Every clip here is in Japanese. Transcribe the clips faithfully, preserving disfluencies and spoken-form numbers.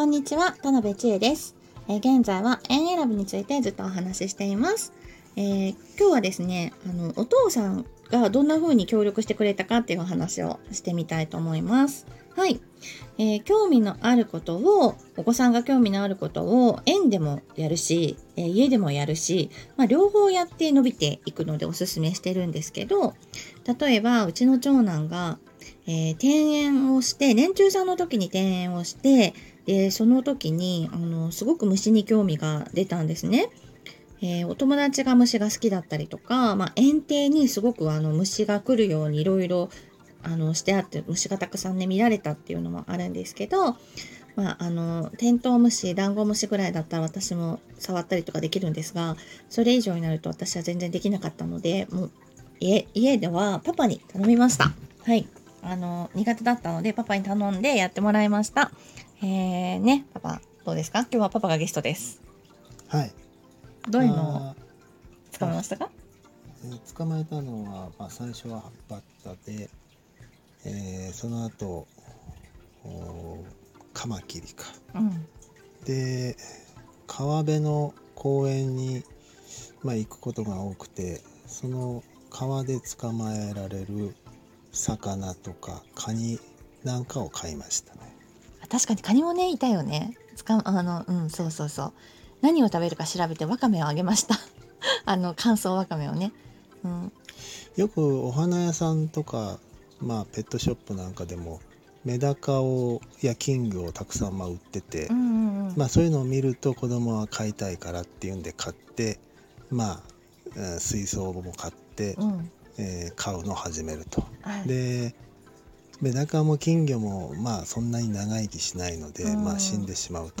こんにちは、田辺千恵です。えー、現在は園選びについてずっとお話ししています。えー、今日はですね、あのお父さんがどんな風に協力してくれたかっていうお話をしてみたいと思います。はい、えー、興味のあることをお子さんが興味のあることを園でもやるし、えー、家でもやるし、まあ、両方やって伸びていくのでおすすめしてるんですけど、例えばうちの長男がえー、転園をして年中さんの時に転園をしてでその時にあのすごく虫に興味が出たんですね。えー、お友達が虫が好きだったりとか、まあ、園庭にすごくあの虫が来るようにいろいろあのしてあって虫がたくさんね見られたっていうのもあるんですけど、まあ、あのテントウムシダンゴムシぐらいだったら私も触ったりとかできるんですが、それ以上になると私は全然できなかったので、もう 家, 家ではパパに頼みました。はい、あの苦手だったのでパパに頼んでやってもらいました。えー、ね、パパどうですか？今日はパパがゲストです。 はい。 どういうのを捕まえましたか？ えー、捕まえたのは、まあ、最初はバッタで、えー、その後カマキリか、 うん、 で川辺の公園に、まあ、行くことが多くて、その川で捕まえられる魚とかカニなんかを買いましたね。 確かにカニもねいたよね。つかあのうんそうそうそう。何を食べるか調べてワカメをあげました。あの乾燥ワカメをね。うん、 よくお花屋さんとか、まあ、ペットショップなんかでもメダカをや金魚をたくさんまあ売ってて、 うんうんうん、 まあ、そういうのを見ると子供は飼いたいからっていうんで買って、まあ、水槽も買って、 うんえー、飼うのを始めると。 はい、 でメダカも金魚もまあそんなに長生きしないので、 うんまあ、死んでしまうと、 うん、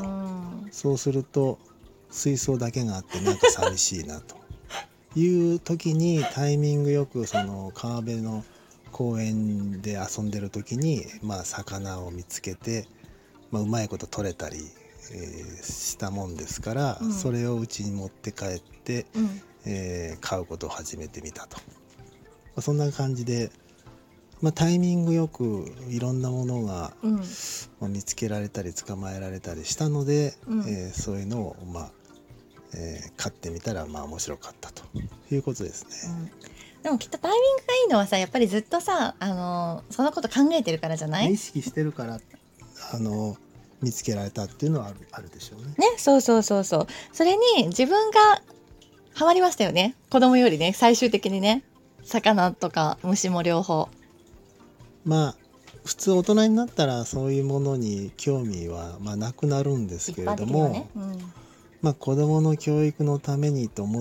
そうすると水槽だけがあってなんか寂しいなという時にタイミングよくその川辺の公園で遊んでる時に、まあ、魚を見つけて、まあ、うまいこと取れたり、えーしたもんですから、 うん、 それをうちに持って帰って、 うんえー飼うことを始めてみたと、まあ、そんな感じで、まあ、タイミングよくいろんなものが、 うんまあ、見つけられたり捕まえられたりしたので、 うんえーそういうのをまあえー、飼ってみたらまあ面白かったということですね。 うん、でもきっとタイミングがいいのはさ、やっぱりずっとさ、あのそのこと考えてるからじゃない？ 意識してるからあの見つけられたっていうのはある、あるでしょうね。 ね、そうそうそうそう。それに自分がハマりましたよね。子供よりね、最終的にね。魚とか虫も両方。 まあ普通大人になったらそういうものに興味は、まあ、なくなるんですけれども、 ね、うん、 まあ、子どもの教育のためにと思って、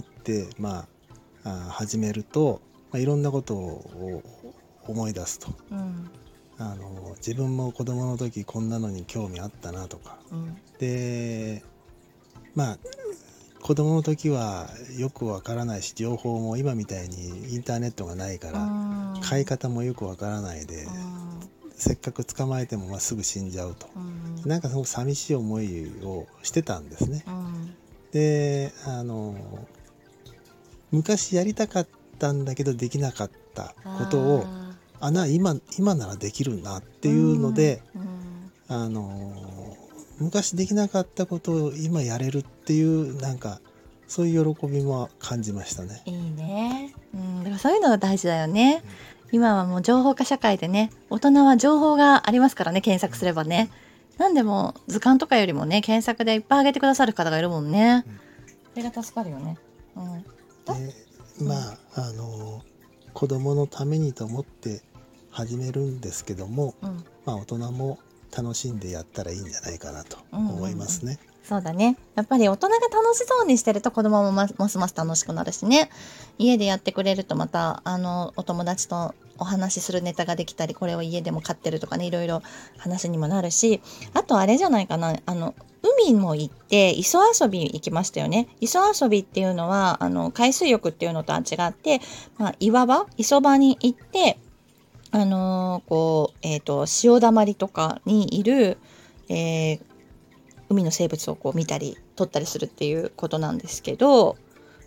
まあ、あ始めると、まあ、いろんなことを思い出すと、 うん、 あの自分も子どもの時こんなのに興味あったなとか、 うん、 でまあ子供の時はよくわからないし、情報も今みたいにインターネットがないから買い方もよくわからないで、せっかく捕まえてもまあすぐ死んじゃうと、なんかすごく寂しい思いをしてたんですね。であの昔やりたかったんだけどできなかったことをあな 今, 今ならできるなっていうので、あの昔できなかったことを今やれるっていうなんかそういう喜びも感じましたね。 いいね、うん、だからそういうのが大事だよね、うん、今はもう情報化社会でね、大人は情報がありますからね、検索すればね、うん、なんでも図鑑とかよりもね検索でいっぱい上げてくださる方がいるもんね、うん、それが助かるよね、うん、 でまああの子供のためにと思って始めるんですけども、うん、まあ大人も楽しんでやったらいいんじゃないかなと思いますね、うんうんうん、 そうだね。やっぱり大人が楽しそうにしてると子供もますます楽しくなるしね。家でやってくれるとまたあのお友達とお話しするネタができたり、これを家でも飼ってるとかね、いろいろ話にもなるし、あとあれじゃないかな、あの海も行って磯遊び行きましたよね。磯遊びっていうのはあの海水浴っていうのとは違って、まあ、岩場磯場に行ってあのー、こうえっと潮だまりとかにいる、えー海の生物をこう見たり撮ったりするっていうことなんですけど、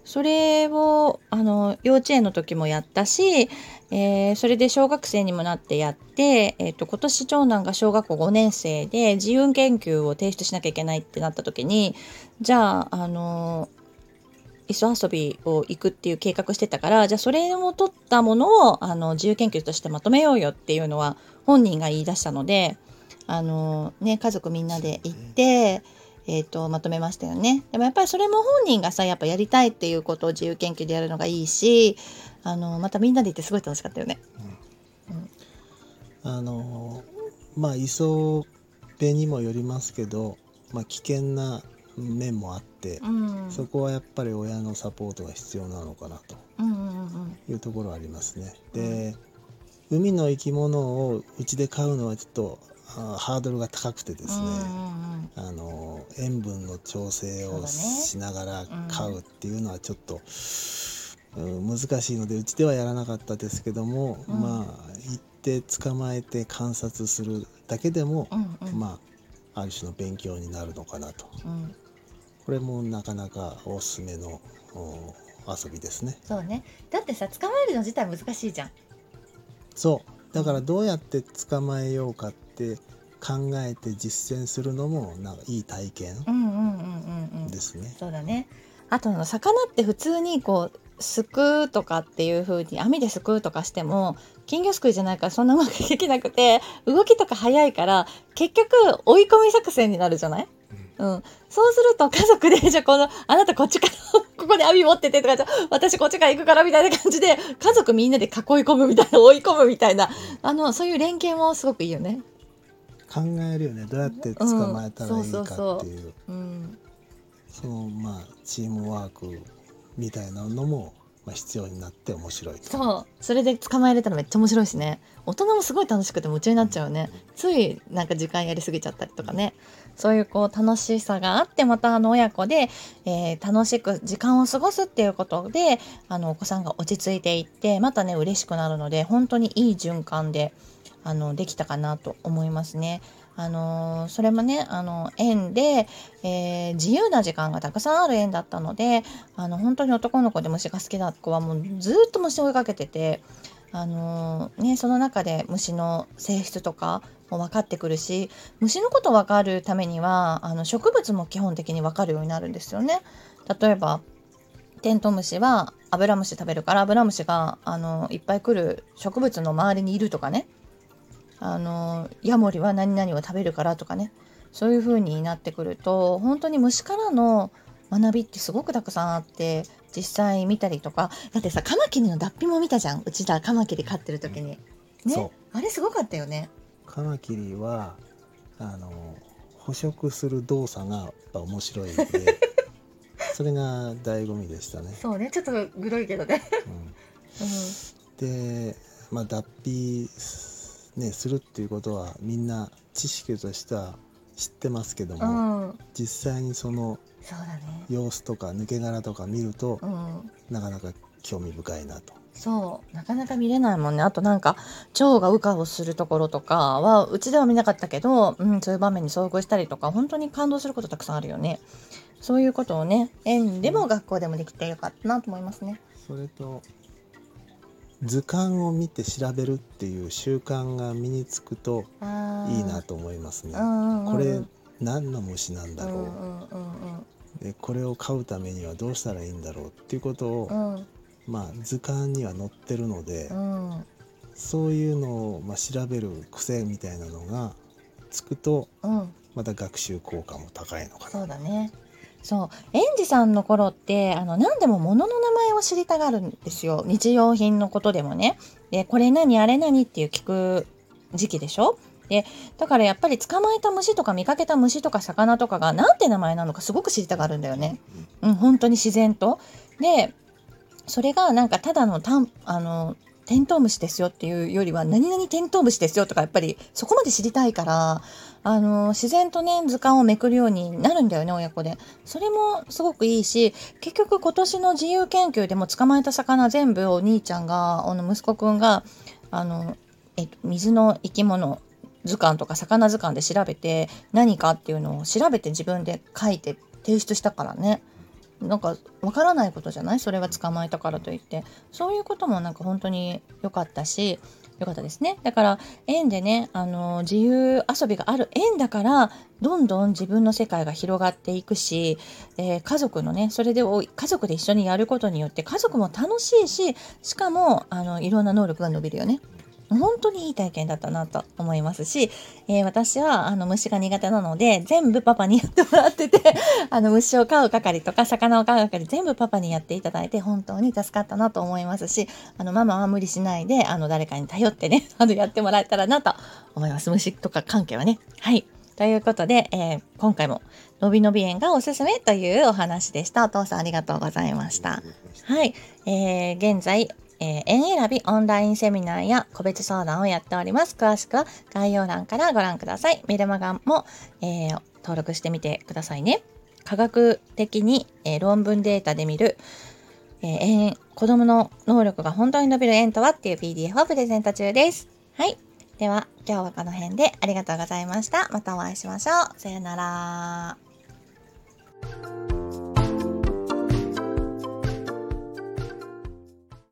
それをあの幼稚園の時もやったし、えー、それで小学生にもなってやって、えーと、今年長男が小学校ごねん生で自由研究を提出しなきゃいけないってなった時に、じゃあ、あの磯遊びを行くっていう計画してたから、じゃあそれを取ったものをあの自由研究としてまとめようよっていうのは本人が言い出したので、あのね、家族みんなで行って、えーと、まとめましたよね。でもやっぱりそれも本人がさやっぱやりたいっていうことを自由研究でやるのがいいし、あのまたみんなで行ってすごい楽しかったよね。 うんうん、あのまあ磯辺にもよりますけど、まあ、危険な面もあって、うん、そこはやっぱり親のサポートが必要なのかなというところはありますね。で、海の生き物をうちで飼うのはちょっとハードルが高くてですね、うんうん、あの塩分の調整をしながら飼うっていうのはちょっと、うん、難しいのでうちではやらなかったですけども、うん、まあ行って捕まえて観察するだけでも、うんうん、まあある種の勉強になるのかなと、うん、これもなかなかおすすめの遊びですね。 そうね、だってさ捕まえるの自体難しいじゃん。 そうだからどうやって捕まえようかって考えて実践するのもなんかいい体験ですね。 そうだね。あと魚って普通にこうすくうとかっていう風に網ですくうとかしても金魚すくいじゃないからそんなうまくできなくて動きとか早いから結局追い込み作戦になるじゃない。うん、そうすると家族でじゃあこのあなたこっちからここで網持っててとかじゃ私こっちから行くからみたいな感じで家族みんなで囲い込むみたいな追い込むみたいなあのそういう連携もすごくいいよね。 考えるよね、どうやって捕まえたらいいかっていうそのまあチームワークみたいなのもまあ必要になって面白いと。 そうそれで捕まえれたらめっちゃ面白いしね。大人もすごい楽しくて夢中になっちゃうよね、うん、ついなんか時間やりすぎちゃったりとかね、うん、そういうこう楽しさがあってまたあの親子で、えー、楽しく時間を過ごすっていうことであのお子さんが落ち着いていってまたね嬉しくなるので本当にいい循環であのできたかなと思いますね。あのー、それもねあの園で、えー、自由な時間がたくさんある園だったのであの本当に男の子で虫が好きな子はもうずっと虫を追いかけてて、あのーね、その中で虫の性質とかも分かってくるし虫のこと分かるためにはあの植物も基本的に分かるようになるんですよね。例えばテントウムシはアブラムシ食べるからアブラムシがあのいっぱい来る植物の周りにいるとかね、あのヤモリは何々を食べるからとかね、そういう風になってくると本当に虫からの学びってすごくたくさんあって実際見たりとかだってさカマキリの脱皮も見たじゃんうちらカマキリ飼ってる時に、ね、そうあれすごかったよね。 カマキリはあの捕食する動作がやっぱ面白いのでそれが醍醐味でしたね。 そうねちょっとグロいけどね、 うんうん、で、まあ、脱皮ね、するっていうことはみんな知識としては知ってますけども、うん、実際にその様子とか抜け殻とか見ると、うん、なかなか興味深いなと。 そうなかなか見れないもんね。あとなんか蝶が羽化をするところとかはうちでは見なかったけど、うん、そういう場面に遭遇したりとか本当に感動することたくさんあるよね。そういうことをね園でも学校でもできてよかったなと思いますね。 それと図鑑を見て調べるっていう習慣が身につくといいなと思いますね。これ何の虫なんだろう、うんうんうんうん、でこれを飼うためにはどうしたらいいんだろうっていうことを、うん、まあ図鑑には載ってるので、うん、そういうのを、まあ、調べる癖みたいなのがつくと、うん、また学習効果も高いのかな。 そうだね。そう園児さんの頃ってあの何でも物の名前を知りたがるんですよ。日用品のことでもね。でこれ何あれ何っていう聞く時期でしょ。でだからやっぱり捕まえた虫とか見かけた虫とか魚とかが何て名前なのかすごく知りたがるんだよね。うん、本当に自然と。でそれがなんかただのたんあのテントウムシですよっていうよりは何々テントウムシですよとかやっぱりそこまで知りたいからあの自然とね図鑑をめくるようになるんだよね親子で。それもすごくいいし結局今年の自由研究でも捕まえた魚全部お兄ちゃんがあの息子くんがあの、えっと、水の生き物図鑑とか魚図鑑で調べて何かっていうのを調べて自分で書いて提出したからね。 なんかわからないことじゃない？それは捕まえたからといって。そういうこともなんか本当に良かったし、良かったですね。だから園でね、あの自由遊びがある園だから、どんどん自分の世界が広がっていくし、えー家族のね、それでお家族で一緒にやることによって家族も楽しいし、しかもあのいろんな能力が伸びるよね。本当にいい体験だったなと思いますし、えー私はあの虫が苦手なので全部パパにやってもらっててあの虫を飼う係とか魚を飼う係全部パパにやっていただいて本当に助かったなと思いますし、あのママは無理しないであの誰かに頼ってねあのやってもらえたらなと思います。虫とか関係はね。はい。ということで、えー今回ものびのび園がおすすめというお話でした。お父さんありがとうございました。はい、えー現在、えー園選びオンラインセミナーや個別相談をやっております。詳しくは概要欄からご覧ください。メルマガも、えー登録してみてくださいね。科学的に、えー論文データで見る、えー園子供の能力が本当に伸びる園とはっていう ピーディーエフ をプレゼント中です。はい。では今日はこの辺でありがとうございました。またお会いしましょう。さよなら。